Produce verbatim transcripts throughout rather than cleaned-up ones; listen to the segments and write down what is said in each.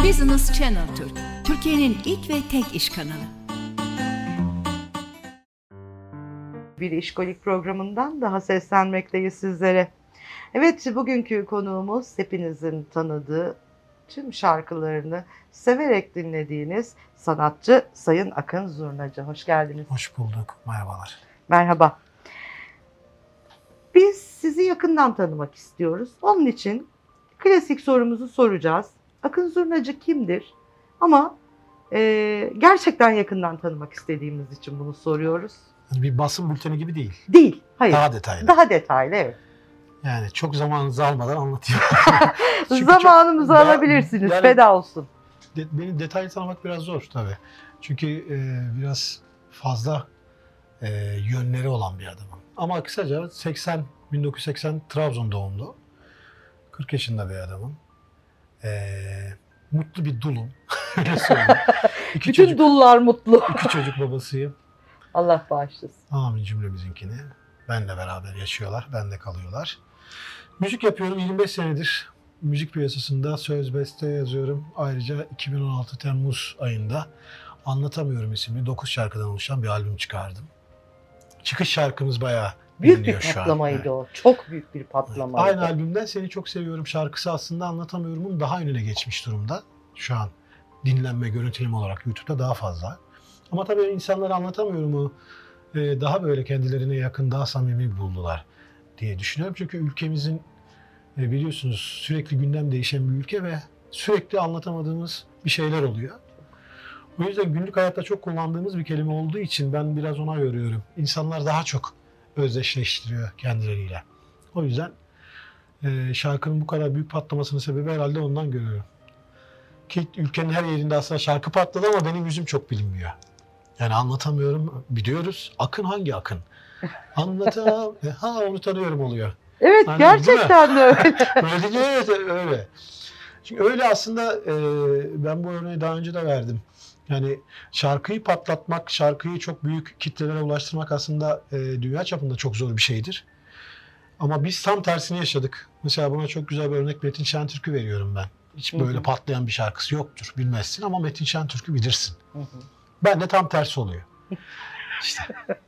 Business Channel Türk, Türkiye'nin ilk ve tek iş kanalı. Bir İşkolik programından daha seslenmekteyiz sizlere. Evet, bugünkü konuğumuz hepinizin tanıdığı, tüm şarkılarını severek dinlediğiniz sanatçı Sayın Akın Zurnacı. Hoş geldiniz. Hoş bulduk. Merhabalar. Merhaba. Biz sizi yakından tanımak istiyoruz. Onun için klasik sorumuzu soracağız. Akın Zurnacı kimdir? Ama e, gerçekten yakından tanımak istediğimiz için bunu soruyoruz. Yani bir basın bülteni gibi değil. Değil, hayır. Daha detaylı. Daha detaylı, evet. Yani çok zamanınızı almadan anlatıyorum. Zamanımızı çok, alabilirsiniz, yani, feda olsun. De, beni detaylı tanımak biraz zor tabii. Çünkü e, biraz fazla e, yönleri olan bir adamım. Ama kısaca seksen, bin dokuz yüz seksen Trabzon doğumlu. kırk yaşında bir adamım. E, mutlu bir dulum. Öyle söyleyeyim. İki Bütün çocuk, dullar mutlu. İki çocuk babasıyım. Allah bağışlasın. Amin cümlemizinkini. Benle beraber yaşıyorlar, benle kalıyorlar. Müzik yapıyorum yirmi beş senedir. Müzik piyasasında söz, beste yazıyorum. Ayrıca iki bin on altı Temmuz ayında Anlatamıyorum isimli dokuz şarkıdan oluşan bir albüm çıkardım. Çıkış şarkımız bayağı büyük biliniyor bir şu an. patlamaydı Evet. o. Çok büyük bir patlamaydı. Aynı albümden Seni Çok Seviyorum şarkısı aslında Anlatamıyorum'un daha önüne geçmiş durumda. Şu an dinlenme, görüntüleme olarak YouTube'da daha fazla. Ama tabii insanlar Anlatamıyorum'u daha böyle kendilerine yakın, daha samimi buldular diye düşünüyorum. Çünkü ülkemizin biliyorsunuz sürekli gündem değişen bir ülke ve sürekli anlatamadığımız bir şeyler oluyor. O yüzden günlük hayatta çok kullandığımız bir kelime olduğu için ben biraz ona yoruyorum. İnsanlar daha çok özdeşleştiriyor kendileriyle. O yüzden şarkının bu kadar büyük patlamasının sebebi herhalde ondan görüyorum. Ki ülkenin her yerinde aslında şarkı patladı ama benim yüzüm çok bilinmiyor. Yani anlatamıyorum, biliyoruz. Akın hangi Akın? Anlatamam. Ha onu tanıyorum oluyor. Evet, hani, gerçekten de öyle. Öyle değil, evet öyle. Çünkü öyle aslında e, ben bu örneği daha önce de verdim. Yani şarkıyı patlatmak, şarkıyı çok büyük kitlelere ulaştırmak aslında e, dünya çapında çok zor bir şeydir. Ama biz tam tersini yaşadık. Mesela buna çok güzel bir örnek Metin Şentürk'ü veriyorum ben. Hiç böyle hı hı. patlayan bir şarkısı yoktur, bilmezsin ama Metin Şentürk'ü bilirsin. Hı hı. Ben de tam tersi oluyor. İşte.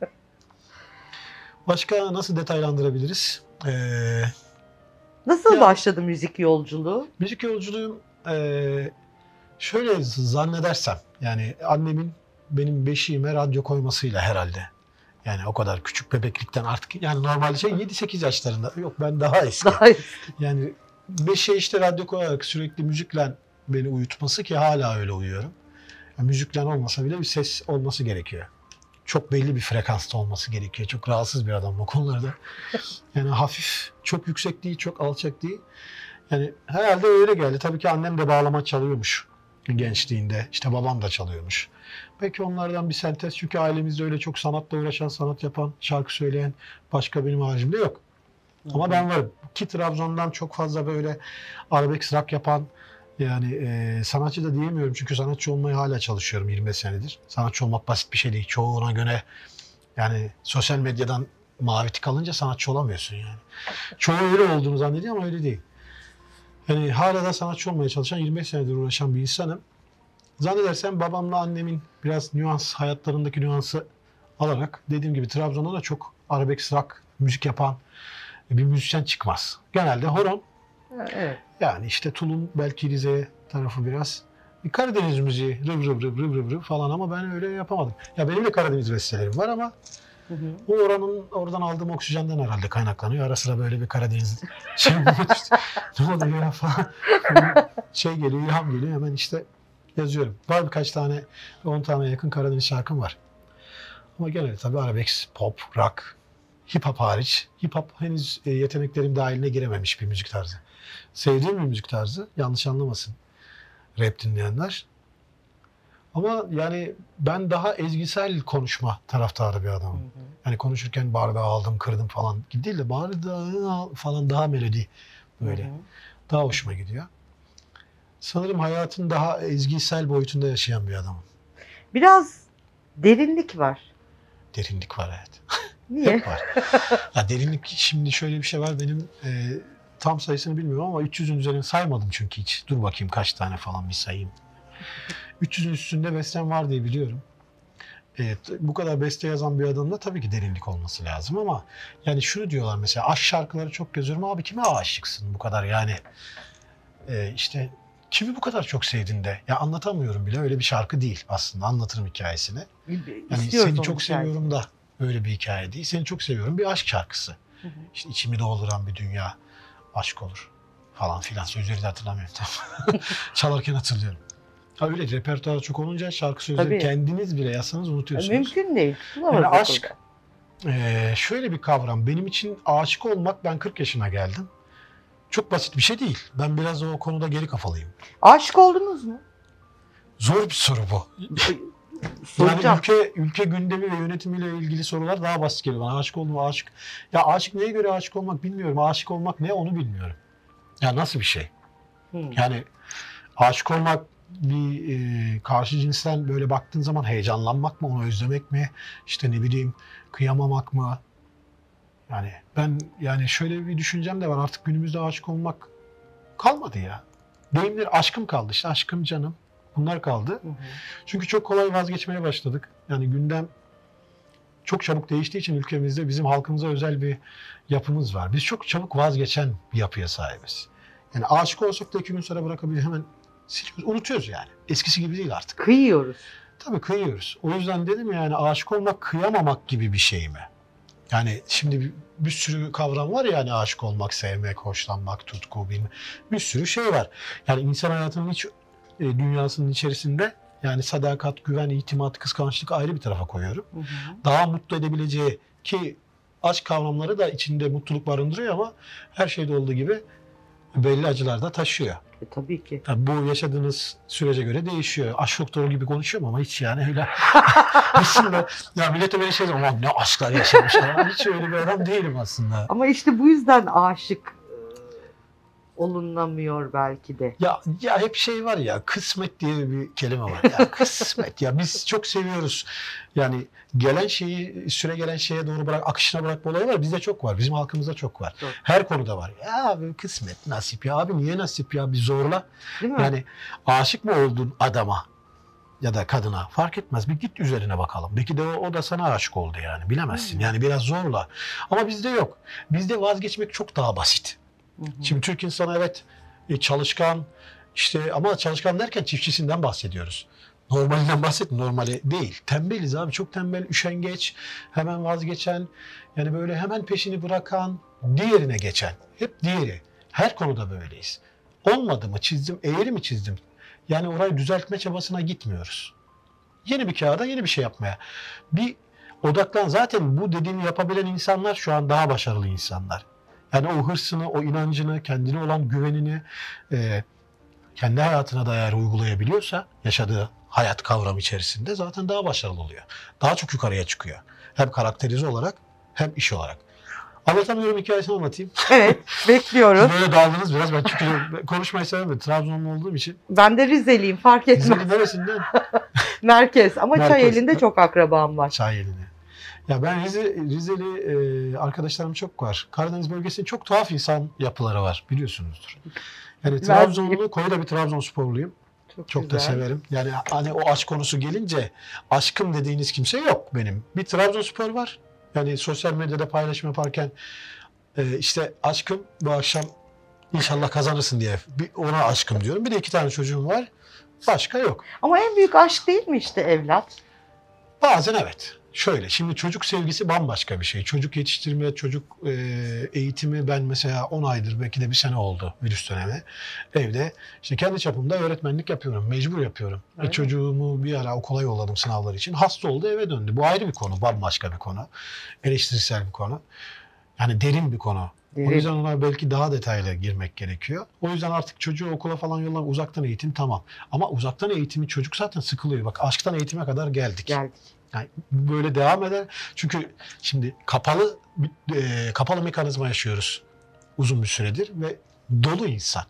Başka nasıl detaylandırabiliriz? Ee, nasıl ya, başladı müzik yolculuğu? Müzik yolculuğum e, şöyle zannedersem, yani annemin benim beşiğime radyo koymasıyla herhalde. Yani o kadar küçük bebeklikten artık, yani normalde şey yedi sekiz yaşlarında. Yok ben daha eski. Daha eski. Yani beşiğe işte radyo koyarak sürekli müzikle beni uyutması, ki hala öyle uyuyorum. Yani müzikle olmasa bile bir ses olması gerekiyor. Çok belli bir frekansta olması gerekiyor. Çok rahatsız bir adam o konularda. Yani hafif, çok yüksek değil, çok alçak değil. Yani herhalde öyle geldi. Tabii ki annem de bağlama çalıyormuş gençliğinde. İşte babam da çalıyormuş. Belki onlardan bir sentez. Çünkü ailemizde öyle çok sanatla uğraşan, sanat yapan, şarkı söyleyen başka benim haricimde yok. Ama ben varım. Ki Trabzon'dan çok fazla böyle arabesk rock yapan, yani e, sanatçı da diyemiyorum çünkü sanatçı olmaya hala çalışıyorum yirmi beş senedir. Sanatçı olmak basit bir şey değil. Çoğuna göre yani sosyal medyadan mavi tık alınca sanatçı olamıyorsun yani. Çoğu öyle olduğunu zannediyor ama öyle değil. Yani hala da sanatçı olmaya çalışan, yirmi beş senedir uğraşan bir insanım. Zannedersem babamla annemin biraz nüans, hayatlarındaki nüansı alarak, dediğim gibi Trabzon'da da çok arabesk rock müzik yapan bir müzisyen çıkmaz. Genelde horon. Evet. Yani işte tulum, belki Rize tarafı biraz. Bir Karadeniz müziği, rıv rıv rıv rıv rıv rıv falan, ama ben öyle yapamadım. Ya benim de Karadeniz bestelerim var ama hı hı. bu oranın, oradan aldığım oksijenden herhalde kaynaklanıyor. Ara sıra böyle bir Karadeniz şey ne oluyor ya falan. Şey geliyor, ilham geliyor, hemen işte yazıyorum. Var birkaç tane, on tane yakın Karadeniz şarkım var. Ama genelde tabii arabesk, pop, rock, hip hop hariç. Hip hop henüz yeteneklerim dahiline girememiş bir müzik tarzı. Sevdiğim bir müzik tarzı. Yanlış anlamasın rap dinleyenler. Ama yani ben daha ezgisel konuşma taraftarı bir adamım. Hı hı. Yani konuşurken bardağı aldım, kırdım falan değil de bardağı falan daha melodi böyle. Hı hı. Daha hoşuma gidiyor. Sanırım hayatın daha ezgisel boyutunda yaşayan bir adamım. Biraz derinlik var. Derinlik var, evet. Niye? Hep var. Ya derinlik, şimdi şöyle bir şey var. Benim e, tam sayısını bilmiyorum ama üç yüzün üzerine saymadım çünkü hiç. Dur bakayım kaç tane falan bir sayayım. üç yüzün üstünde bestem var diye biliyorum. Evet, bu kadar beste yazan bir adamda tabii ki derinlik olması lazım ama yani şunu diyorlar mesela, aşk şarkıları çok yazıyorum. Abi kime aşıksın bu kadar yani? Ee, işte kimi bu kadar çok sevdin de? Ya anlatamıyorum bile, öyle bir şarkı değil aslında. Anlatırım hikayesini. Yani İstiyoruz seni onun çok hikayesini. seviyorum da öyle bir hikaye değil. Seni çok seviyorum bir aşk şarkısı. Hı hı. İşte içimi dolduran bir dünya aşk olur falan filan. Sözleri de hatırlamıyorum tam. Çalarken hatırlıyorum. Ha öyle repertuar çok olunca şarkı sözleri Tabii. kendiniz bile yazsanız unutuyorsunuz. Mümkün değil. Tutulamaz Yani okulda. aşk e, şöyle bir kavram. Benim için aşık olmak, ben kırk yaşına geldim. Çok basit bir şey değil. Ben biraz o konuda geri kafalıyım. Aşık oldunuz mu? Zor bir soru bu. Yani Soracağım. ülke ülke gündemi ve yönetimiyle ilgili sorular daha basit geliyor bana. Aşık oldum mu? Aşık. Ya aşık neye göre aşık olmak bilmiyorum. Aşık olmak ne onu bilmiyorum. Ya nasıl bir şey? Hmm. Yani aşık olmak bir e, karşı cinsten böyle baktığın zaman heyecanlanmak mı, onu özlemek mi, işte ne bileyim kıyamamak mı? Yani ben yani şöyle bir düşüncem de var, artık günümüzde aşık olmak kalmadı ya. Deyimler aşkım kaldı, işte aşkım canım, bunlar kaldı. Hı hı. Çünkü çok kolay vazgeçmeye başladık. Yani gündem çok çabuk değiştiği için ülkemizde bizim halkımıza özel bir yapımız var. Biz çok çabuk vazgeçen bir yapıya sahibiz. Yani aşık olsak da iki gün sonra bırakabilir, hemen siliyoruz, unutuyoruz yani. Eskisi gibi değil artık. Kıyıyoruz. Tabii kıyıyoruz. O yüzden dedim yani aşık olmak kıyamamak gibi bir şey mi? Yani şimdi bir, bir sürü kavram var ya, yani aşık olmak, sevmek, hoşlanmak, tutku, bilmem. Bir sürü şey var. Yani insan hayatının iç e, dünyasının içerisinde yani sadakat, güven, itimat, kıskançlık ayrı bir tarafa koyuyorum. Hı hı. Daha mutlu edebileceği, ki aşk kavramları da içinde mutluluk barındırıyor ama her şeyde olduğu gibi belli acılar da taşıyor. E, tabii ki. Tabii bu yaşadığınız sürece göre değişiyor. Aşk doktoru gibi konuşuyorum ama hiç yani öyle aslında ya millete böyle şey diyorum, "Aman ne aşklar yaşamışlar." Hiç öyle bir adam değilim aslında. Ama işte bu yüzden aşık e, olunamıyor belki de. Ya ya hep şey var ya, kısmet diye bir kelime var. Ya kısmet ya, biz çok seviyoruz. Yani gelen şeyi, süre gelen şeye doğru bırak, akışına bırakma olayı var. Bizde çok var. Bizim halkımızda çok var. Çok. Her konuda var. Ya abi kısmet, nasip ya abi, niye nasip ya, bir zorla. Değil mi? Yani aşık mı oldun adama ya da kadına, fark etmez. Bir git üzerine bakalım. Belki de o, o da sana aşık oldu yani. Bilemezsin. Hmm. Yani biraz zorla. Ama bizde yok. Bizde vazgeçmek çok daha basit. Hı hı. Şimdi Türk insanı evet e, çalışkan, işte ama çalışkan derken çiftçisinden bahsediyoruz. Normalinden bahsetmiyorum. Normali değil. Tembeliz abi. Çok tembel, üşengeç, hemen vazgeçen, yani böyle hemen peşini bırakan, diğerine geçen. Hep diğeri. Her konuda böyleyiz. Olmadı mı çizdim, eğri mi çizdim? Yani orayı düzeltme çabasına gitmiyoruz. Yeni bir kağıda yeni bir şey yapmaya. Bir odaklan. Zaten bu dediğimi yapabilen insanlar şu an daha başarılı insanlar. Yani o hırsını, o inancını, kendine olan güvenini e, kendi hayatına da eğer uygulayabiliyorsa, yaşadığı hayat kavramı içerisinde zaten daha başarılı oluyor. Daha çok yukarıya çıkıyor. Hem karakterize olarak hem iş olarak. Anlatamıyorum, hikayesini anlatayım. Evet, bekliyoruz. Böyle daldınız biraz. Ben çünkü konuşmayı sevmem. Trabzonlu olduğum için. Ben de Rizeliyim, fark etmez. Rize'nin neresinden? Merkez ama Merkez. Çayeli'nde çok akrabam var. Çayeli'ne. Ya ben Rize, Rizeli e, arkadaşlarım çok var. Karadeniz bölgesinde çok tuhaf insan yapıları var, biliyorsunuzdur. Yani Ben- Trabzonlu, koyuda bir Trabzonsporluyum. Çok, Çok da güzel. severim. Yani hani o aşk konusu gelince aşkım dediğiniz kimse yok benim. Bir Trabzonspor var. Yani sosyal medyada paylaşım yaparken e, işte aşkım bu akşam inşallah kazanırsın diye bir ona aşkım diyorum. Bir de iki tane çocuğum var. Başka yok. Ama en büyük aşk değil mi işte evlat? Bazen evet. Şöyle, şimdi çocuk sevgisi bambaşka bir şey. Çocuk yetiştirme, çocuk e, eğitimi, ben mesela on aydır, belki de bir sene oldu virüs dönemi. Evde işte kendi çapımda öğretmenlik yapıyorum. Mecbur yapıyorum. Öyle E, çocuğumu bir ara okula yolladım sınavlar için. Hasta oldu, eve döndü. Bu ayrı bir konu, bambaşka bir konu. Eleştirisel bir konu. Yani derin bir konu. Derin. O yüzden ona belki daha detaylı girmek gerekiyor. O yüzden artık çocuğu okula falan yollamak, uzaktan eğitim tamam. Ama uzaktan eğitimi çocuk zaten sıkılıyor. Bak aşktan eğitime kadar geldik. Geldik. Yani böyle devam eder. Çünkü şimdi kapalı e, kapalı mekanizma yaşıyoruz uzun bir süredir ve dolu insan.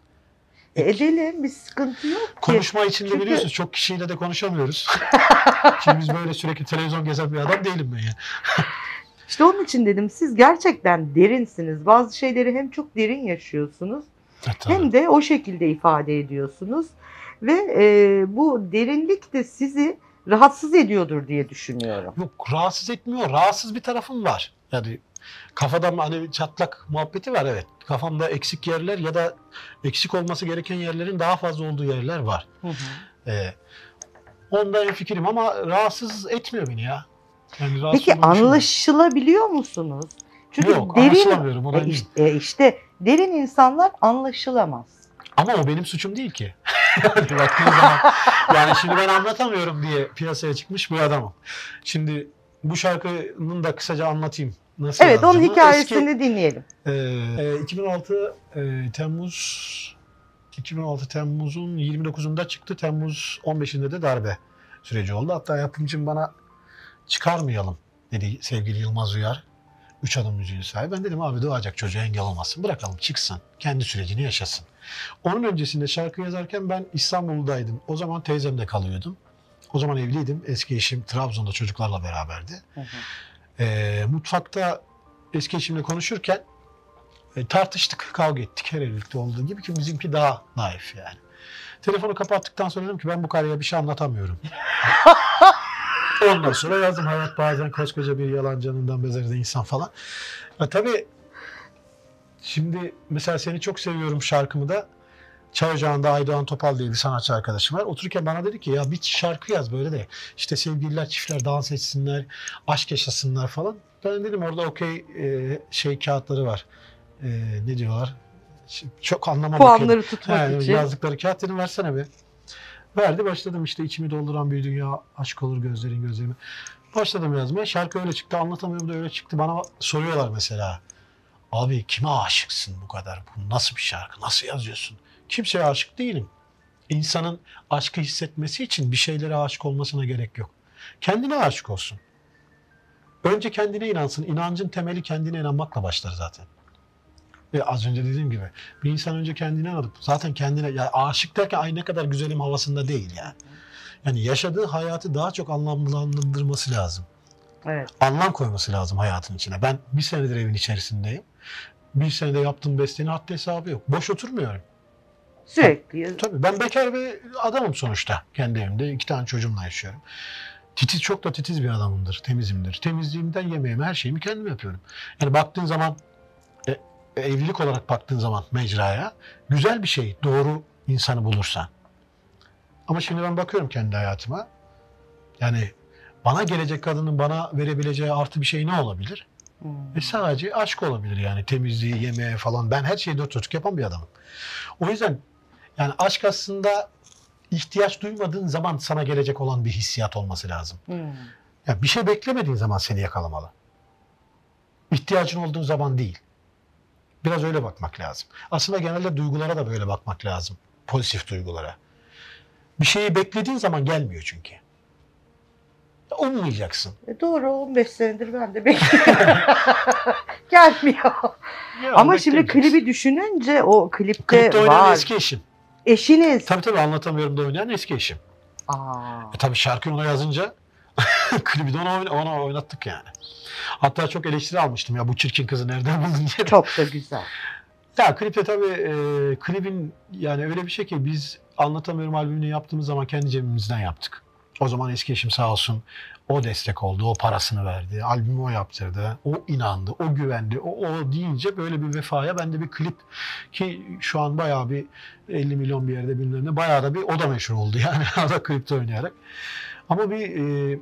E edelim, bir sıkıntı yok ki. Konuşma içinde Çünkü- biliyorsunuz çok kişiyle de konuşamıyoruz. Şimdi biz böyle sürekli televizyon gezen bir adam değilim ben ya. İşte onun için dedim siz gerçekten derinsiniz. Bazı şeyleri hem çok derin yaşıyorsunuz Evet, hem de o şekilde ifade ediyorsunuz. Ve e, bu derinlik de sizi rahatsız ediyordur diye düşünüyorum. Yok, rahatsız etmiyor. Rahatsız bir tarafım var. Yani kafada hani çatlak muhabbeti var, evet. Kafamda eksik yerler ya da eksik olması gereken yerlerin daha fazla olduğu yerler var. Hı hı. Ee, onda en fikrim ama rahatsız etmiyor beni ya. Yani rahatsız Peki olduğumu düşünmüyorum. anlaşılabiliyor musunuz? Çünkü Yok, derin anlaşılamıyorum, ona e eminim. işte, e işte derin insanlar anlaşılamaz. Ama o benim suçum değil ki. Baktığın zaman, yani şimdi ben anlatamıyorum diye piyasaya çıkmış bir adamım. Şimdi bu şarkının da kısaca anlatayım. Nasıl Evet, onun yazdığımı. hikayesini Eski, dinleyelim. e, iki bin on altı e, Temmuz iki bin on altı Temmuz'un yirmi dokuzunda çıktı. Temmuz on beşinde de darbe süreci oldu. Hatta yapımcım bana çıkarmayalım dedi sevgili Yılmaz Uyar. Üç adım müziğin sahibi. Ben dedim abi doğacak çocuğa engel olmasın. Bırakalım çıksın. Kendi sürecini yaşasın. Onun öncesinde şarkı yazarken ben İstanbul'daydım. O zaman teyzemde kalıyordum. O zaman evliydim. Eski eşim Trabzon'da çocuklarla beraberdi. Hı hı. Ee, mutfakta eski eşimle konuşurken e, tartıştık, kavga ettik her evlilikte olduğu gibi ki bizimki daha naif yani. Telefonu kapattıktan sonra dedim ki ben bu karıya bir şey anlatamıyorum. Ondan sonra yazdım hayat bazen koskoca bir yalan canından bezer de insan falan. Ya tabii şimdi mesela Seni Çok Seviyorum şarkımı da Çay Ocağı'nda Aydoğan Topal diye bir sanatçı arkadaşım var. Otururken bana dedi ki ya bir şarkı yaz böyle de işte sevgililer çiftler dans etsinler, aşk yaşasınlar falan. Ben dedim orada okey e, şey kağıtları var. E, ne diyorlar? Çok anlamam. Puanları tutmak He, için. yazdıkları kağıt dedim versene be. Verdi başladım işte içimi dolduran bir dünya aşk olur gözlerin gözlerime. Başladım yazmaya. Şarkı öyle çıktı. Anlatamıyorum da öyle çıktı. Bana soruyorlar mesela. Abi kime aşıksın bu kadar? Bu nasıl bir şarkı? Nasıl yazıyorsun? Kimseye aşık değilim. İnsanın aşkı hissetmesi için bir şeylere aşık olmasına gerek yok. Kendine aşık olsun. Önce kendine inansın. İnancın temeli kendine inanmakla başlar zaten. Ve az önce dediğim gibi bir insan önce kendine inanıp zaten kendine ya aşık derken ay ne kadar güzelim havasında değil yani. Yani yaşadığı hayatı daha çok anlamlandırması lazım. Evet. Anlam koyması lazım hayatın içine. Ben bir senedir evin içerisindeyim. Bir senede yaptığım bestenin haddi hesabı yok. Boş oturmuyorum. Sürekli. Tabii ben bekar bir adamım sonuçta. Kendi evimde iki tane çocuğumla yaşıyorum. Titiz, çok da titiz bir adamımdır, temizimdir. Temizliğimden yemeğime her şeyimi kendim yapıyorum. Yani baktığın zaman e, evlilik olarak baktığın zaman mecraya güzel bir şey, doğru insanı bulursan. Ama şimdi ben bakıyorum kendi hayatıma. Yani bana gelecek kadının bana verebileceği artı bir şey ne olabilir? Hmm. E sadece aşk olabilir yani temizliği, yemeği falan. Ben her şeyi dört dörtlük yapan bir adamım. O yüzden yani aşk aslında ihtiyaç duymadığın zaman sana gelecek olan bir hissiyat olması lazım. Hmm. Yani bir şey beklemediğin zaman seni yakalamalı. İhtiyacın olduğu zaman değil. Biraz öyle bakmak lazım. Aslında genelde duygulara da böyle bakmak lazım. Pozitif duygulara. Bir şeyi beklediğin zaman gelmiyor çünkü. Ummayacaksın. E doğru on beş senedir ben de bekliyorum. Gelmiyor. Ya, Ama şimdi beklemeyeceksin. klibi düşününce o klipte, Klipte oynayan var. eski eşim. Eşiniz. Tabii tabii anlatamıyorum da oynayan eski eşim. Aa. E tabii şarkıyı ona yazınca klibi de ona, oyna- ona oynattık yani. Hatta çok eleştiri almıştım ya bu çirkin kızı nereden buldun diye. Çok da güzel. Ya klipte tabii e, klibin yani öyle bir şey ki biz Anlatamıyorum albümünü yaptığımız zaman kendi cebimizden yaptık. O zaman eski eşim sağ olsun o destek oldu, o parasını verdi, albümü o yaptırdı, o inandı, o güvendi, o, o deyince böyle bir vefaya ben de bir klip ki şu an bayağı bir elli milyon bir yerde bilmem ne bayağı da bir o da meşhur oldu yani o da klipte oynayarak. Ama bir e,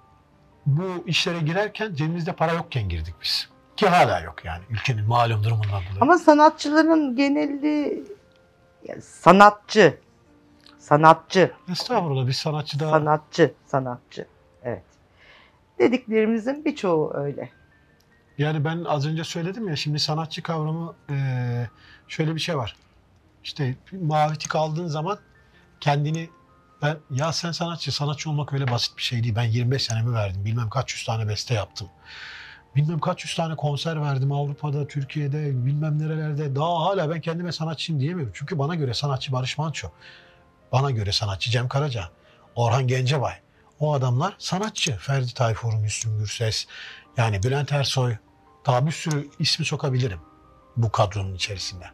bu işlere girerken cebimizde para yokken girdik biz. Ki hala yok yani ülkenin malum durumundan dolayı. Ama sanatçıların geneli ya sanatçı. Sanatçı. Estağfurullah bir sanatçı da Sanatçı. Sanatçı. Evet. Dediklerimizin birçoğu öyle. yani ben az önce söyledim ya şimdi sanatçı kavramı e, şöyle bir şey var. İşte mavi tik aldığın zaman kendini ben ya sen sanatçı, sanatçı olmak öyle basit bir şey değil. Ben yirmi beş senemi verdim. Bilmem kaç yüz tane beste yaptım. Bilmem kaç yüz tane konser verdim Avrupa'da, Türkiye'de, bilmem nerelerde. Daha hala ben kendime sanatçıyım diyemiyorum. Çünkü bana göre sanatçı Barış Manço. Bana göre sanatçı Cem Karaca, Orhan Gencebay. O adamlar sanatçı. Ferdi Tayfur, Müslüm Gürses. Yani Bülent Ersoy, daha bir sürü ismi sokabilirim bu kadronun içerisinde.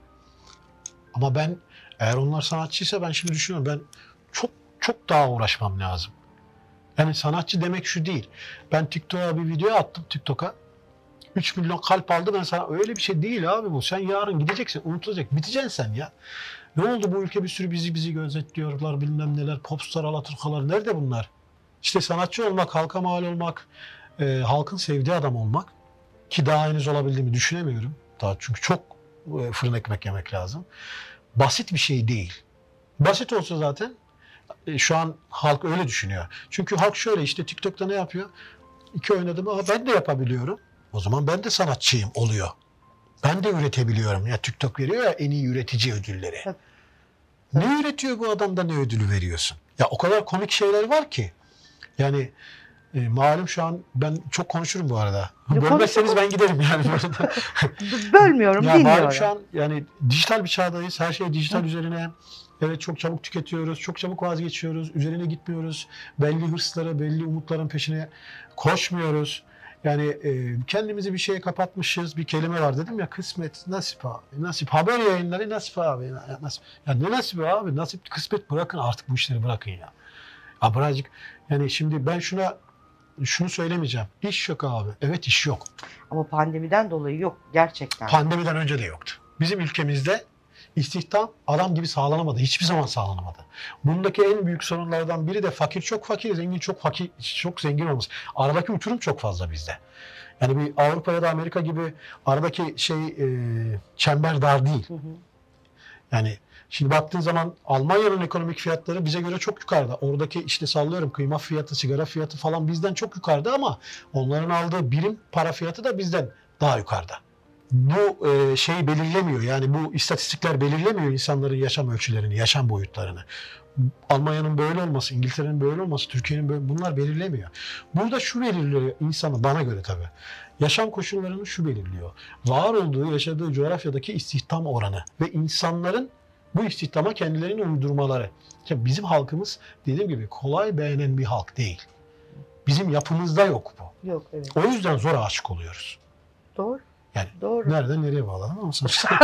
Ama ben, eğer onlar sanatçıysa, ben şimdi düşünüyorum, ben çok çok daha uğraşmam lazım. Yani sanatçı demek şu değil. Ben TikTok'a bir video attım, TikTok'a. üç milyon kalp aldı, ben sana, öyle bir şey değil abi bu. Sen yarın gideceksin, unutulacak, biteceksin sen ya. Ne oldu, bu ülke bir sürü bizi bizi gözetliyorlar, bilmem neler, popstar, alaturkalar, nerede bunlar? İşte sanatçı olmak, halka mal olmak, e, halkın sevdiği adam olmak, ki daha henüz olabildiğimi düşünemiyorum. Daha çünkü çok e, fırın ekmek yemek lazım. Basit bir şey değil. Basit olsa zaten e, şu an halk öyle düşünüyor. Çünkü halk şöyle, işte TikTok'ta ne yapıyor? İki oynadım, ama ben de yapabiliyorum. O zaman ben de sanatçıyım oluyor. Ben de üretebiliyorum. Ya TikTok veriyor ya en iyi üretici ödülleri. Tabii. Ne üretiyor bu adam da ne ödülü veriyorsun? Ya o kadar komik şeyler var ki. Yani e, malum şu an ben çok konuşurum bu arada. Yok, Bölmezseniz konuşma. ben giderim yani bu arada. Bölmüyorum, Ya dinliyorum. malum şu an yani dijital bir çağdayız. Her şey dijital üzerine. Evet, çok çabuk tüketiyoruz. Çok çabuk vazgeçiyoruz. Üzerine gitmiyoruz. Belli hırslara, belli umutların peşine koşmuyoruz. Yani e, kendimizi bir şeye kapatmışız. Bir kelime var dedim ya, kısmet, nasip abi. Nasip. Haber yayınları nasip abi. Ya, nasip. Ya ne nasibi abi? Nasip, kısmet, bırakın artık bu işleri, bırakın ya. Ya birazcık, yani şimdi ben şuna şunu söylemeyeceğim. İş yok abi. Evet, iş yok. Ama pandemiden dolayı yok gerçekten. Pandemiden önce de yoktu. Bizim ülkemizde istihdam adam gibi sağlanamadı. Hiçbir zaman sağlanamadı. Bundaki en büyük sorunlardan biri de fakir çok fakir, zengin çok fakir, çok zengin olması. Aradaki uçurum çok fazla bizde. Yani bir Avrupa ya da Amerika gibi aradaki şey e, çember dar değil. Hı hı. Yani şimdi baktığın zaman Almanya'nın ekonomik fiyatları bize göre çok yukarıda. Oradaki işte sallıyorum kıyma fiyatı, sigara fiyatı falan bizden çok yukarıda, ama onların aldığı birim para fiyatı da bizden daha yukarıda. Bu e, şeyi belirlemiyor. Yani bu istatistikler belirlemiyor insanların yaşam ölçülerini, yaşam boyutlarını. Almanya'nın böyle olması, İngiltere'nin böyle olması, Türkiye'nin böyle, bunlar belirlemiyor. Burada şu belirliyor insanı, bana göre tabii. Yaşam koşullarını şu belirliyor. Var olduğu, yaşadığı coğrafyadaki istihdam oranı ve insanların bu istihdama kendilerini uydurmaları. Ya bizim halkımız, dediğim gibi, kolay beğenen bir halk değil. Bizim yapımızda yok bu. Yok, evet. O yüzden zor aşık oluyoruz. Doğru. Yani Doğru. nereden nereye bağladım ama sonuçta.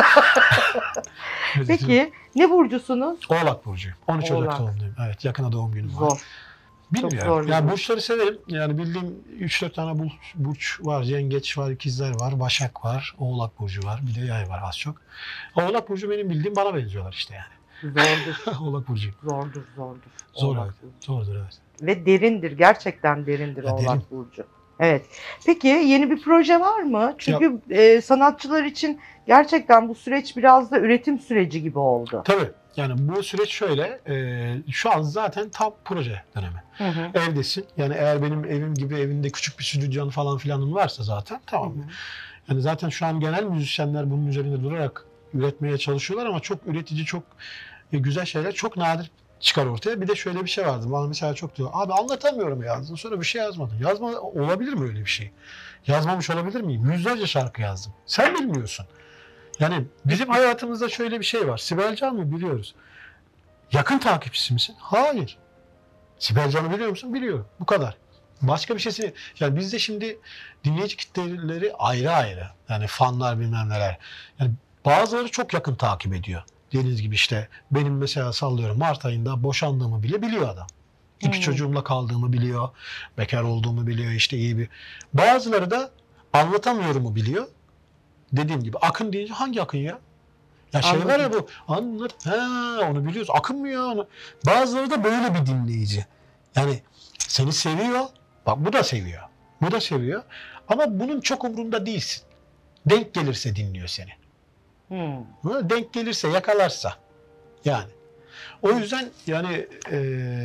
Peki ne burcusunuz? Oğlak burcuyum. on üç Ocak Oğlak. doğumluyum. Evet, yakına doğum günüm var. Zor. Bilmiyorum. zor bir Yani burç. burçları severim. Yani bildiğim üç dört tane burç, burç var. Yengeç var, ikizler var, Başak var, Oğlak burcu var. Bir de Yay var az çok. Oğlak burcu benim bildiğim, bana benziyorlar işte yani. Zordur. Oğlak burcuyum. Zordur, zordur. Zor Oğlak evet. burcu. Zordur evet. Ve derindir, gerçekten derindir Ya, Oğlak derin. burcu. Evet. Peki yeni bir proje var mı? Çünkü e, sanatçılar için gerçekten bu süreç biraz da üretim süreci gibi oldu. Tabii. Yani bu süreç şöyle. E, şu an zaten tam proje dönemi. Hı hı. Evdesin. Yani eğer benim evim gibi evinde küçük bir stüdyon falan filanın varsa zaten tamam. Hı hı. Yani zaten şu an genel müzisyenler bunun üzerinde durarak üretmeye çalışıyorlar, ama çok üretici, çok e, güzel şeyler çok nadir çıkar ortaya. Bir de şöyle bir şey vardı. Bana mesela çok diyor, abi anlatamıyorum yazdın, sonra bir şey yazmadın. Yazma olabilir mi öyle bir şey? Yazmamış olabilir miyim? Yüzlerce şarkı yazdım. Sen bilmiyorsun. Yani bizim hayatımızda şöyle bir şey var. Sibel Can mı biliyoruz? Yakın takipçisi misin? Hayır. Sibel Can'ı biliyor musun? Biliyorum. Bu kadar. Başka bir şeysi. Yani bizde şimdi dinleyici kitleleri ayrı ayrı. Yani fanlar, bilmem neler. Yani bazıları çok yakın takip ediyor. Dediğiniz gibi işte benim mesela sallıyorum Mart ayında boşandığımı bile biliyor adam. İki Hmm. çocuğumla kaldığımı biliyor. Bekar olduğumu biliyor, işte iyi bir. Bazıları da anlatamıyorumu biliyor. Dediğim gibi Akın deyince, hangi Akın ya? Ya şey Anladım. var ya, bu anlat. He, onu biliyoruz. Akın mı ya? Onu. Bazıları da böyle bir dinleyici. Yani seni seviyor. Bak bu da seviyor. Bu da seviyor. Ama bunun çok umrunda değilsin. Denk gelirse dinliyor seni. Hmm. Ha, denk gelirse, yakalarsa. Yani. O yüzden yani e,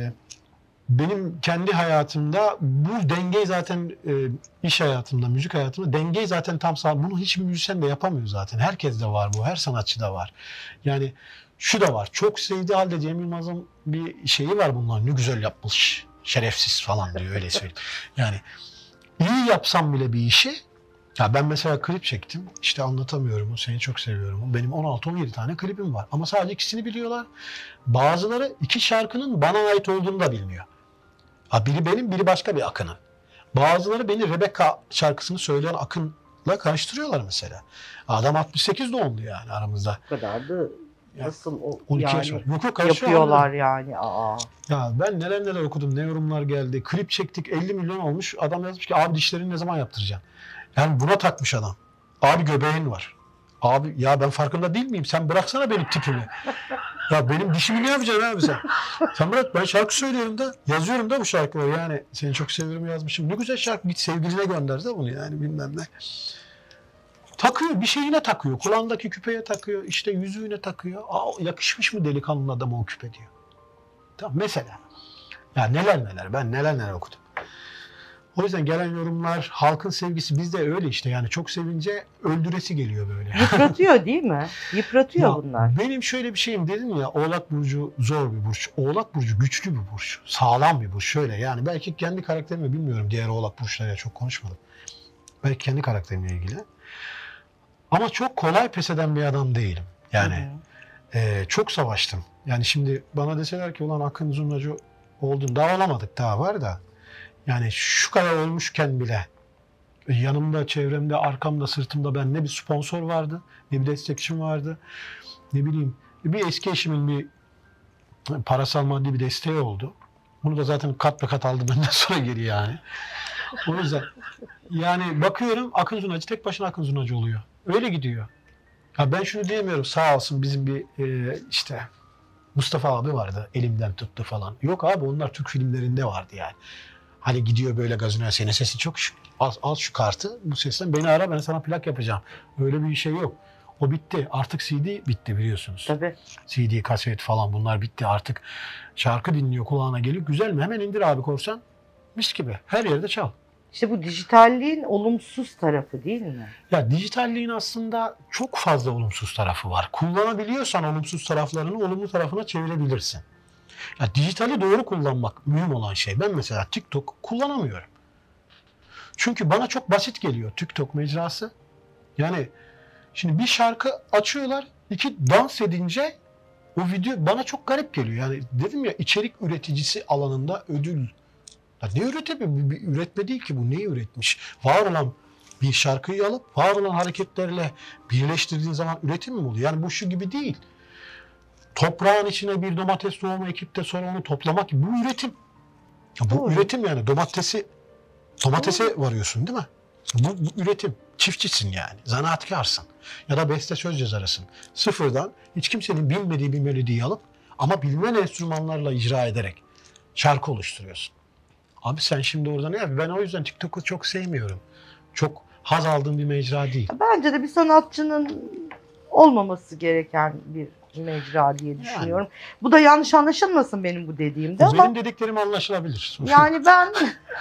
benim kendi hayatımda bu dengeyi zaten e, iş hayatımda, müzik hayatımda dengeyi zaten tam sağ. Bunu hiçbir müzisyen de yapamıyor zaten. Herkes de var bu. Her sanatçı da var. Yani şu da var. Çok sevdiği halde Cem Yılmaz'ın bir şeyi var bunlar. Ne güzel yapmış. Şerefsiz falan diyor, öyle söyleyeyim. Yani iyi yapsam bile bir işi. Ya ben mesela klip çektim. İşte anlatamıyorum. Seni çok seviyorum. Benim on altı on yedi tane klibim var. Ama sadece ikisini biliyorlar. Bazıları iki şarkının bana ait olduğunu da bilmiyor. Ha, biri benim, biri başka bir Akın'ın. Bazıları beni Rebecca şarkısını söyleyen Akın'la karıştırıyorlar mesela. Adam altmış sekiz doğumlu yani aramızda. Bu kadar da nasıl o on iki yaş yani var. Yok yok karışıyor yapıyorlar abi. yani. Aa. Ya ben neler neler okudum, ne yorumlar geldi. Klip çektik, elli milyon olmuş. Adam yazmış ki abi dişlerini ne zaman yaptıracaksın? Yani buna takmış adam. Abi göbeğin var. Abi ya ben farkında değil miyim? Sen bıraksana benim tipimi. Ya benim dişimi ne yapacaksın abi sen? Sen bırak, ben şarkı söylüyorum da, yazıyorum da bu şarkıları. Yani seni çok seviyorum yazmışım. Ne güzel şarkı, git sevgiline gönder de bunu yani bilmem ne. Takıyor, bir şeyine takıyor. Kulağındaki küpeye takıyor, işte yüzüğüne takıyor. Aa, yakışmış mı delikanlı adama o küpe diyor. Tamam mesela. Ya neler neler, ben neler neler okudum. O yüzden gelen yorumlar, halkın sevgisi bizde öyle işte yani çok sevince öldüresi geliyor böyle. Yıpratıyor değil mi? Yıpratıyor Ya bunlar. benim şöyle bir şeyim dedim ya, Oğlak Burcu zor bir burç. Oğlak Burcu güçlü bir burç. Sağlam bir burç şöyle yani belki kendi karakterimi bilmiyorum, diğer Oğlak Burçlarıyla çok konuşmadım. Belki kendi karakterimle ilgili. Ama çok kolay pes eden bir adam değilim. Yani e, çok savaştım. Yani şimdi bana deseler ki ulan Akın Zurnacı oldun, daha olamadık, daha var da. Yani şu kadar olmuşken bile yanımda, çevremde, arkamda, sırtımda ben ne bir sponsor vardı, ne bir destekçim vardı. Ne bileyim bir eski eşimin bir parasal maddi bir desteği oldu. Bunu da zaten kat be kat aldı benden sonra geri yani. O yüzden yani bakıyorum Akın Zurnacı tek başına Akın Zurnacı oluyor. Öyle gidiyor. Ya ben şunu diyemiyorum, sağ olsun bizim bir e, işte Mustafa abi vardı, elimden tuttu falan. Yok abi, onlar Türk filmlerinde vardı yani. Hani gidiyor böyle gazinoya, senin sesin çok şık. Al, al şu kartı, bu sesten beni ara, ben sana plak yapacağım. Öyle bir şey yok. O bitti. Artık C D bitti biliyorsunuz. Tabii. C D, kaset falan bunlar bitti. Artık şarkı dinliyor, kulağına geliyor. Güzel mi? Hemen indir abi korsan. Mis gibi. Her yerde çal. İşte bu dijitalliğin olumsuz tarafı değil mi? Ya dijitalliğin aslında çok fazla olumsuz tarafı var. Kullanabiliyorsan olumsuz taraflarını olumlu tarafına çevirebilirsin. Ya dijitali doğru kullanmak mühim olan şey. Ben mesela TikTok kullanamıyorum. Çünkü bana çok basit geliyor TikTok mecrası. Yani şimdi bir şarkı açıyorlar, iki dans edince o video bana çok garip geliyor. Yani dedim ya, içerik üreticisi alanında ödül. Ya ne üretemiyor? Bir, bir üretme değil ki bu. Neyi üretmiş? Var olan bir şarkıyı alıp var olan hareketlerle birleştirdiğin zaman üretim mi oluyor? Yani bu şu gibi değil. Toprağın içine bir domates tohumu ekip de sonra onu toplamak, bu üretim. Ya bu Doğru. üretim yani. Domatesi domatese varıyorsun değil mi? Bu, bu üretim. Çiftçisin yani. Zanaatkarsın. Ya da beste söz yazarısın. Sıfırdan hiç kimsenin bilmediği bir melodiyi alıp ama bilinen enstrümanlarla icra ederek şarkı oluşturuyorsun. Abi sen şimdi orada ne yap? Ben o yüzden TikTok'u çok sevmiyorum. Çok haz aldığım bir mecra değil. Bence de bir sanatçının olmaması gereken bir mecra diye düşünüyorum. Yani. Bu da yanlış anlaşılmasın benim bu dediğimde bu ama. Benim dediklerim anlaşılabilir. Yani ben.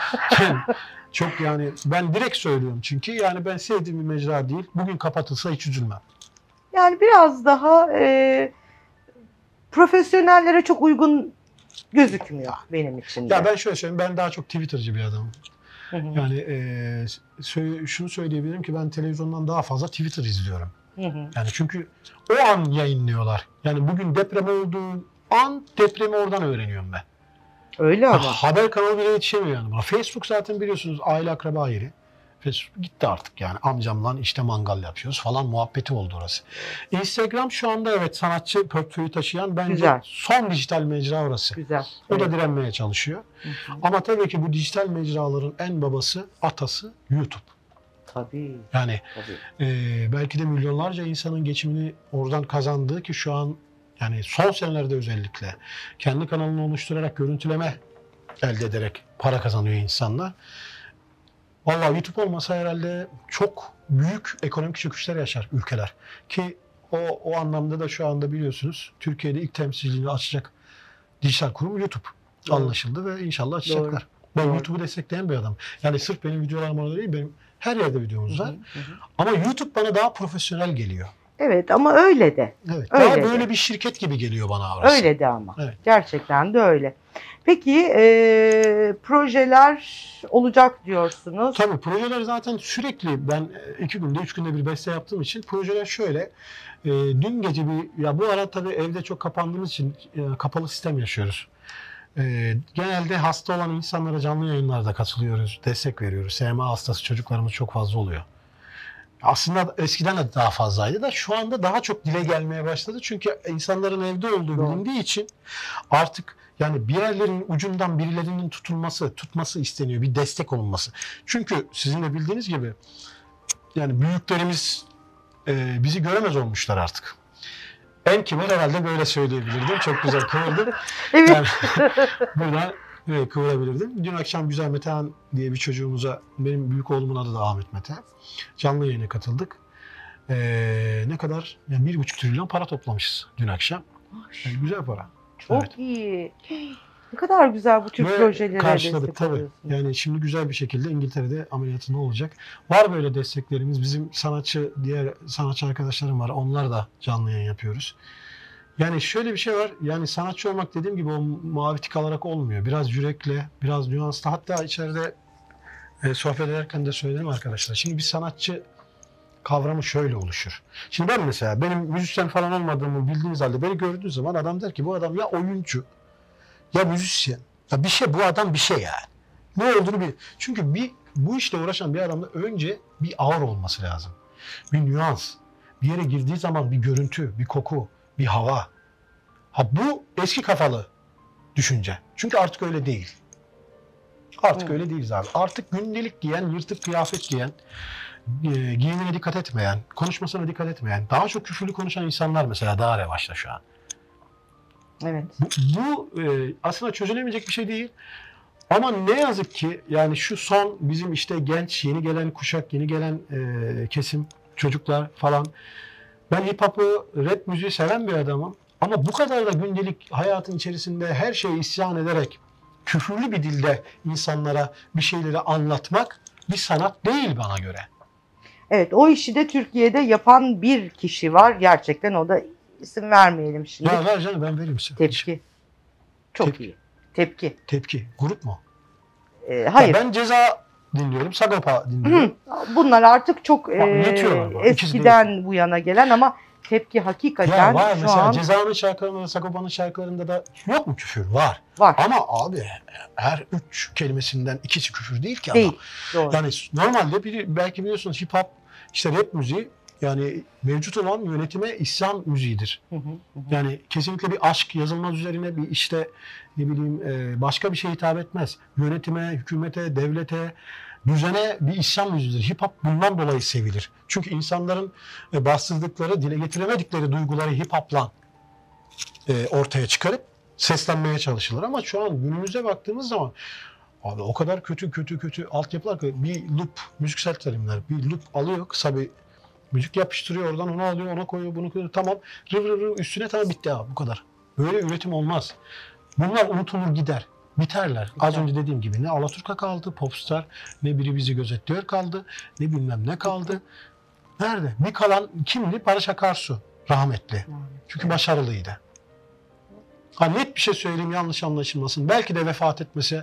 Çok yani ben direkt söylüyorum çünkü yani ben sevdiğim bir mecra değil. Bugün kapatılsa hiç üzülmem. Yani biraz daha e, profesyonellere çok uygun gözükmüyor benim için de. Ya ben şöyle söyleyeyim, ben daha çok Twitter'cı bir adamım. Hı hı. Yani e, sö- şunu söyleyebilirim ki ben televizyondan daha fazla Twitter izliyorum. Hı hı. Yani çünkü o an yayınlıyorlar. Yani bugün deprem olduğu an depremi oradan öğreniyorum ben. Öyle ama. Ya, haber kanalı bile yetişemiyor yani buna. Facebook zaten biliyorsunuz aile akraba yeri. Facebook gitti artık yani. Amcamla işte mangal yapıyoruz falan muhabbeti oldu orası. Instagram şu anda evet sanatçı portföyü taşıyan bence Güzel. son dijital mecra orası. Güzel. O Evet. da direnmeye çalışıyor. Hı hı. Ama tabii ki bu dijital mecraların en babası, atası YouTube. Tabii. Yani Tabii. e, belki de milyonlarca insanın geçimini oradan kazandığı ki şu an yani son senelerde özellikle kendi kanalını oluşturarak görüntüleme elde ederek para kazanıyor insanlar. Vallahi YouTube olmasa herhalde çok büyük ekonomik çöküşler yaşar ülkeler. Ki o, o anlamda da şu anda biliyorsunuz Türkiye'de ilk temsilciliğini açacak dijital kurum YouTube. Doğru. Anlaşıldı ve inşallah açacaklar. Doğru. Ben Doğru. YouTube'u destekleyen bir adamım. Yani sırf benim videolarım orada değil, benim her yerde videomuz var. Hı hı. Ama YouTube bana daha profesyonel geliyor. Evet ama öyle de. Evet. Öyle daha de. böyle bir şirket gibi geliyor bana orası. Öyle de ama. Evet. Gerçekten de öyle. Peki e, projeler olacak diyorsunuz. Tabii projeler zaten sürekli, ben iki günde üç günde bir beste yaptığım için projeler şöyle. E, dün gece bir, ya bu ara tabii evde çok kapandığımız için e, kapalı sistem yaşıyoruz. Ee, genelde hasta olan insanlara canlı yayınlarda katılıyoruz, destek veriyoruz. S M A hastası çocuklarımız çok fazla oluyor. Aslında eskiden de daha fazlaydı da şu anda daha çok dile gelmeye başladı. Çünkü insanların evde olduğu Doğru. bilindiği için artık yani bir yerlerin ucundan birilerinin tutulması, tutması isteniyor. Bir destek olunması. Çünkü sizin de bildiğiniz gibi yani büyüklerimiz e, bizi göremez olmuşlar artık. En kibar herhalde böyle söyleyebilirdim. Çok güzel kıvırdım. Evet. Yani, buradan evet, kıvırabilirdim. Dün akşam Güzel Metehan diye bir çocuğumuza, benim büyük oğlumun adı da Ahmet Metehan. Canlı yayına katıldık. Ee, ne kadar? Yani bir buçuk trilyon para toplamışız dün akşam. Yani güzel para. Çok Evet. iyi. Ne kadar güzel bu tür Ve projelere karşıladık destek tabii. oluyorsunuz. Yani şimdi güzel bir şekilde İngiltere'de ameliyatı ne olacak? Var böyle desteklerimiz. Bizim sanatçı, diğer sanatçı arkadaşlarım var. Onlar da canlı yayın yapıyoruz. Yani şöyle bir şey var. Yani sanatçı olmak dediğim gibi o mavi tik alarak olmuyor. Biraz yürekle, biraz nüansla. Hatta içeride e, sohbet ederken de söyledim arkadaşlar. Şimdi bir sanatçı kavramı şöyle oluşur. Şimdi ben mesela benim müzisyen falan olmadığımı bildiğiniz halde beni gördüğünüz zaman adam der ki bu adam ya oyuncu ya müzisyen. Ya bir şey, bu adam bir şey yani. Ne olduğunu bil. Çünkü bir bu işle uğraşan bir adamda önce bir ağır olması lazım. Bir nüans. Bir yere girdiği zaman bir görüntü, bir koku, bir hava. Ha bu eski kafalı düşünce. Çünkü artık öyle değil. Artık Hı. öyle değiliz abi. Artık gündelik giyen, yırtık kıyafet giyen, e, giyimine dikkat etmeyen, konuşmasına dikkat etmeyen, daha çok küfürlü konuşan insanlar mesela daha revaçta şu an. Evet. Bu, bu e, aslında çözülemeyecek bir şey değil. Ama ne yazık ki yani şu son bizim işte genç, yeni gelen kuşak, yeni gelen e, kesim, çocuklar falan. Ben hip hop'u, rap müziği seven bir adamım. Ama bu kadar da gündelik hayatın içerisinde her şeye isyan ederek küfürlü bir dilde insanlara bir şeyleri anlatmak bir sanat değil bana göre. Evet, o işi de Türkiye'de yapan bir kişi var. Gerçekten o da isim vermeyelim şimdi. Ya ver canım ben vereyim size. Tepki. Çok Tepki. iyi. Tepki. Tepki. Grup mu? Ee, hayır. Ya ben Ceza dinliyorum, Sagopa dinliyorum. Hı, bunlar artık çok Bak, e, üretiyorlar bu. İkisi de eskiden bu yana gelen ama tepki hakikaten Ya var şu mesela an Ceza'nın şarkılarında, Sagopa'nın şarkılarında da yok mu küfür? Var. var. Ama abi her üç kelimesinden ikisi küfür değil ki Değil. ama. Doğru. Yani normalde bir, belki biliyorsunuz hip hop, işte rap müziği yani mevcut olan yönetime isyan müziğidir. Hı hı, hı. Yani kesinlikle bir aşk yazılmaz üzerine bir işte ne bileyim e, başka bir şey hitap etmez. Yönetime, hükümete, devlete, düzene bir isyan müziğidir. Hip hop bundan dolayı sevilir. Çünkü insanların e, bastırdıkları, dile getiremedikleri duyguları hip hop'la e, ortaya çıkarıp seslenmeye çalışılır. Ama şu an günümüze baktığımız zaman abi o kadar kötü kötü kötü altyapılar ki bir loop, müziksel terimler, bir loop alıyor, kısa bir müzik yapıştırıyor, oradan onu alıyor, ona koyuyor, bunu koyuyor. Tamam, rıv rıv rıv üstüne tamam bitti abi bu kadar. Böyle üretim olmaz. Bunlar unutulur gider. Biterler. Az önce dediğim gibi ne Alaturka kaldı, Popstar, ne Biri Bizi Gözetliyor kaldı, ne bilmem ne kaldı. Nerede? Bir kalan kimdi? Barış Akarsu. Rahmetli. Çünkü başarılıydı. Ha, net bir şey söyleyeyim yanlış anlaşılmasın. Belki de vefat etmese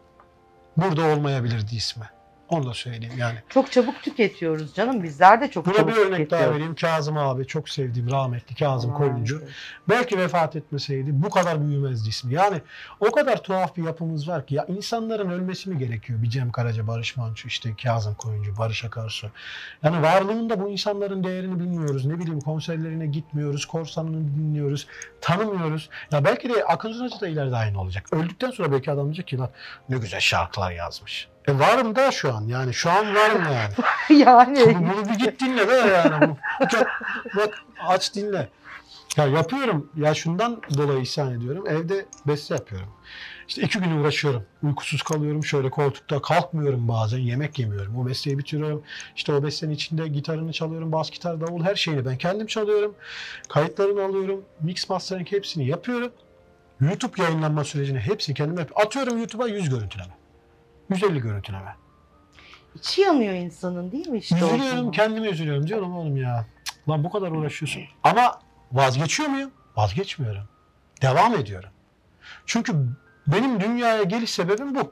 burada olmayabilirdi ismi. Onu da söyleyeyim yani. Çok çabuk tüketiyoruz canım. Bizler de çok Buna çabuk bir örnek daha tüketiyoruz. vereyim. Kazım abi çok sevdiğim rahmetli Kazım Allah Koyuncu. razı olsun. Belki vefat etmeseydi bu kadar büyümezdi ismi. Yani o kadar tuhaf bir yapımız var ki ya insanların ölmesi mi gerekiyor? Bir Cem Karaca, Barış Manço, işte Kazım Koyuncu, Barış Akarsu. Yani varlığında bu insanların değerini bilmiyoruz. Ne bileyim konserlerine gitmiyoruz, korsanını dinliyoruz, tanımıyoruz. Ya belki de Akın Zurnacı da ileride aynı olacak. Öldükten sonra belki adam diyecek ki lan ne güzel şarkılar yazmış. E varım da şu an yani şu an varım yani. Yani Bunu, bunu bir git dinle de yani. Bu, bak aç dinle. Ya yapıyorum. Ya şundan dolayı isyan ediyorum. Evde beste yapıyorum. İşte iki gün uğraşıyorum. Uykusuz kalıyorum. Şöyle koltukta kalkmıyorum bazen. Yemek yemiyorum. O besteyi bitiriyorum. İşte o bestenin içinde gitarını çalıyorum. Bas gitar, davul her şeyini ben kendim çalıyorum. Kayıtlarını alıyorum. Mix mastering hepsini yapıyorum. YouTube yayınlanma sürecini hepsini kendim yapıyorum. Atıyorum YouTube'a yüz görüntüleme. yüz elli görüntüleme. içi yanıyor insanın değil mi işte o Üzülüyorum, zaman? kendime üzülüyorum diyorum oğlum ya. Cık, lan bu kadar uğraşıyorsun. Ama vazgeçiyor muyum? Vazgeçmiyorum. Devam ediyorum. Çünkü benim dünyaya geliş sebebim bu.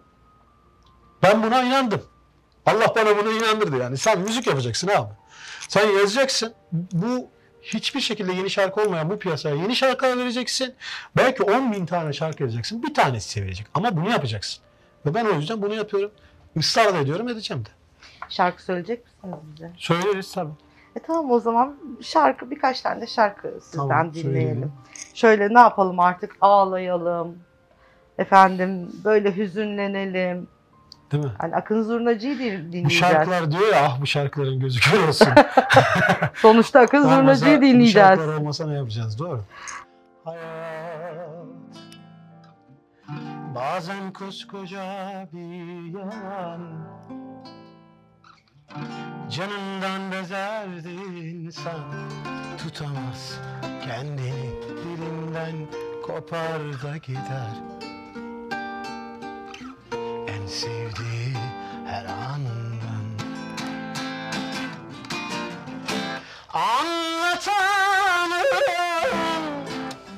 Ben buna inandım. Allah bana bunu inandırdı yani. Sen müzik yapacaksın abi. Sen yazacaksın. Bu hiçbir şekilde yeni şarkı olmayan bu piyasaya yeni şarkılar vereceksin. Belki on bin tane şarkı vereceksin. Bir tanesi sevilecek. Ama bunu yapacaksın. Ve ben o yüzden bunu yapıyorum. Israr da ediyorum, edeceğim de. Şarkı söyleyecek misiniz bize? Söyleriz tabii. E tamam, o zaman şarkı, birkaç tane de şarkı sizden Tamam, dinleyelim. söyleyelim. Şöyle ne yapalım artık, ağlayalım. Efendim böyle hüzünlenelim. Değil mi? Hani Akın Zurnacı'yı dinleyeceğiz. Bu şarkılar diyor ya, ah bu şarkıların gözü kör olsun. Sonuçta Akın Olmasa, Zurnacı'yı bu dinleyeceğiz. şarkılar olmasa ne yapacağız, doğru? Hayat bazen koskoca bir yalan, canından bezerdi insan, tutamaz kendini, dilinden kopar da gider. En sevdiği her anından anlatamıyorum,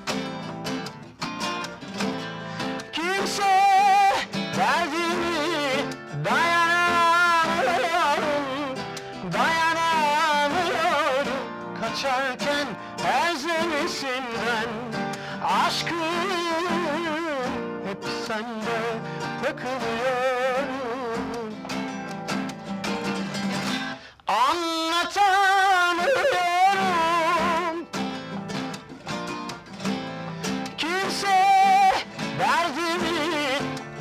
kimse derdimi dayanamıyorum, dayanamıyorum, kaçarken özlemisinden aşkım hep sende takılıyorum. Anlatamıyorum, kimse derdimi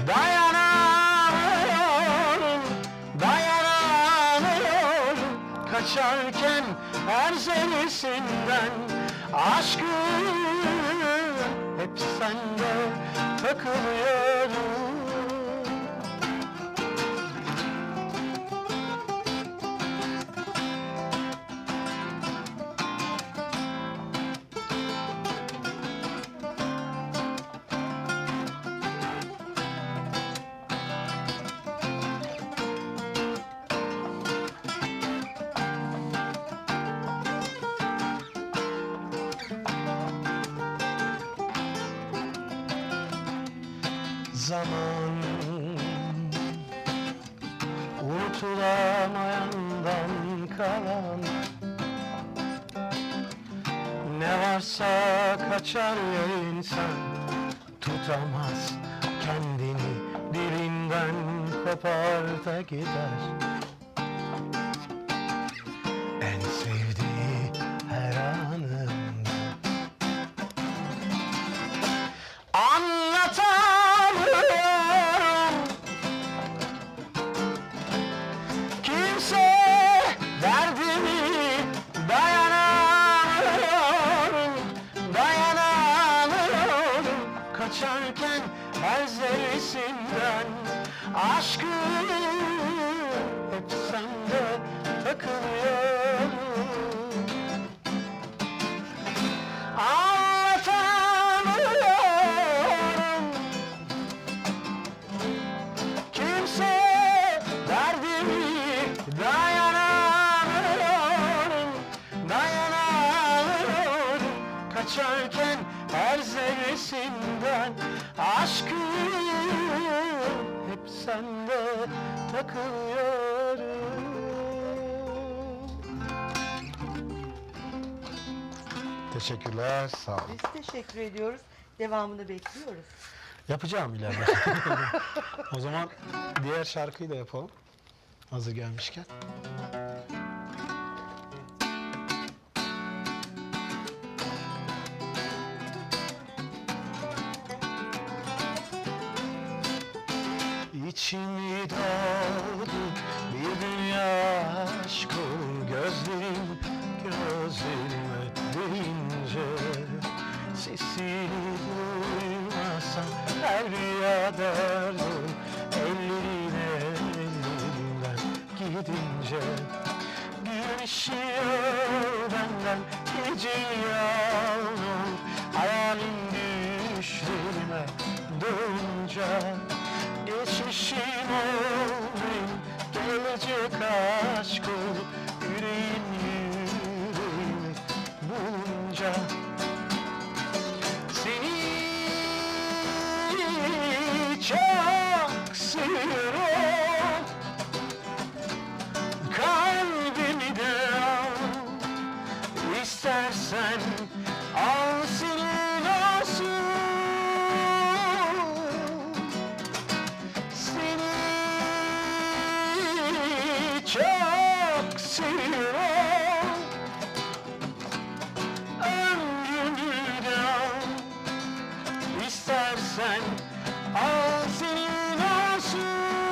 dayanamıyorum, dayanamıyorum, kaçarken her senesinden aşkım hep sende takılıyorum. Zaman unutulamayandan kalan, ne varsa kaçar ya insan, tutamaz kendini, dilinden kopar da gider. En sevdiği her anında anlatamıyorum, kimse derdimi dayanamıyorum, dayanamıyorum, kaçarken her zerresinden aşkım hep sende takılıyorum. Anlatamıyorum, kimse derdimi dayanamıyorum, dayanamıyorum, kaçarken her zerresinden aşkım hep sende takılıyorum. Teşekkürler, sağ olun. Biz teşekkür ediyoruz. Devamını bekliyoruz. Yapacağım ileride. O zaman diğer şarkıyı da yapalım. Hazır gelmişken. İçimi doldu bir dünya aşkı, gözlerim gözlerime deyince, sesini duymasam her rüya derdim, ellerine ellerinden gidince, gün ışıyor benden gece yağmur, hayalin düşlerime dönünce, geçmişim olmayayım, gelecek aşk ol, yüreğin yüreğimi bulunca, seni çok seviyorum, kalbimi de al, istersen sen, al senin olsun.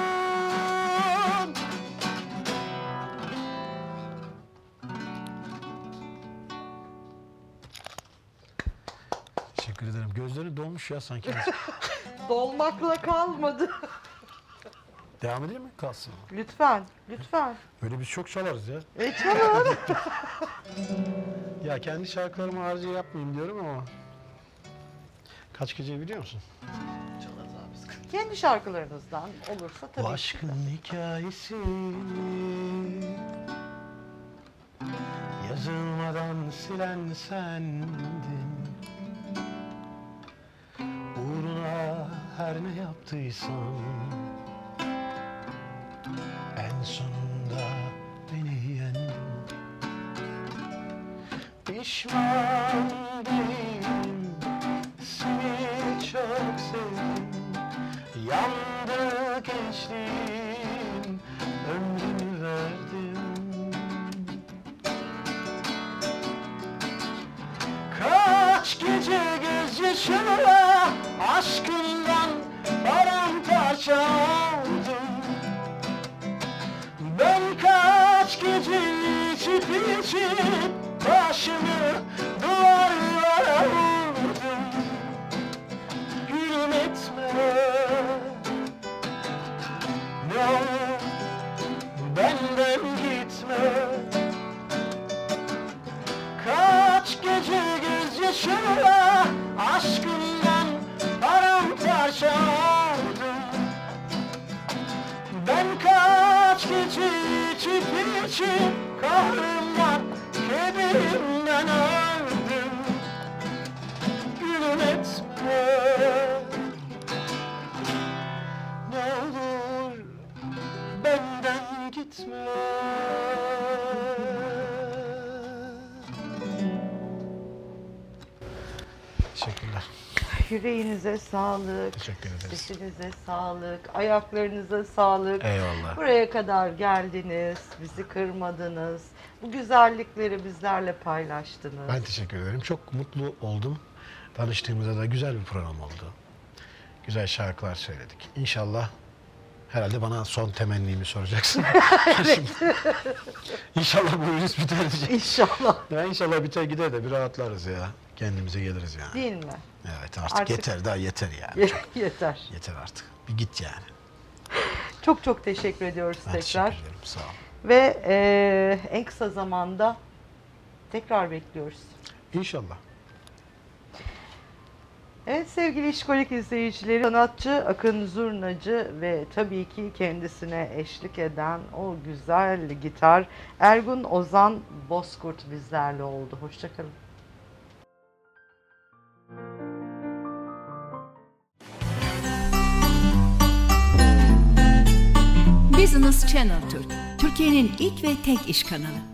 Teşekkür ederim. Gözleri dolmuş ya sanki. Dolmakla kalmadı. Devam edeyim mi? Kalsın. Lütfen, lütfen. Böyle biz çok çalarız ya. E çalın. Ya kendi şarkılarımı harcı yapmayayım diyorum ama. Kaç geceyi biliyor musun? Kendi şarkılarınızdan olursa tabii. Bu aşkın hikayesi yazılmadan silen sendin. Uğruna her ne yaptıysam en sonunda beni yendin. Pişman değilim, seni çok sevdim. Yandı gençliğim, ömrümü verdim. Kaç gece gözyaşımla aşkından paramparça oldum. Ben kaç gece içip içip başımı duvarlara vurdum. Gülüm etme, ne olur benden gitme. Kaç gece gözyaşımla aşkından paramparça oldum. Ben kaç gece içip içip kahrımdan, kederimden öldüm. Gülüm etme, ne olur benden gitme. Teşekkürler. Yüreğinize sağlık. Teşekkür ederiz. Sesinize sağlık. Ayaklarınıza sağlık. Eyvallah. Buraya kadar geldiniz. Bizi kırmadınız. Bu güzellikleri bizlerle paylaştınız. Ben teşekkür ederim. Çok mutlu oldum. Tanıştığımızda da güzel bir program oldu. Güzel şarkılar söyledik. İnşallah herhalde bana son temennimi soracaksın. Şimdi, İnşallah bu virüs biter diyecek. İnşallah. Ya inşallah biter gider de bir rahatlarız ya. Kendimize geliriz yani. Değil mi? Evet artık, Artık- yeter daha yeter yani. Çok Yeter. yeter artık. Bir git yani. Çok çok teşekkür ediyoruz Ben tekrar. teşekkür ederim. Sağ ol. Ve e, en kısa zamanda tekrar bekliyoruz. İnşallah. Evet sevgili İşkolik izleyicileri, sanatçı Akın Zurnacı ve tabii ki kendisine eşlik eden o güzel gitar Ergun Ozan Bozkurt bizlerle oldu. Hoşçakalın. Business Channel Türk, Türkiye'nin ilk ve tek iş kanalı.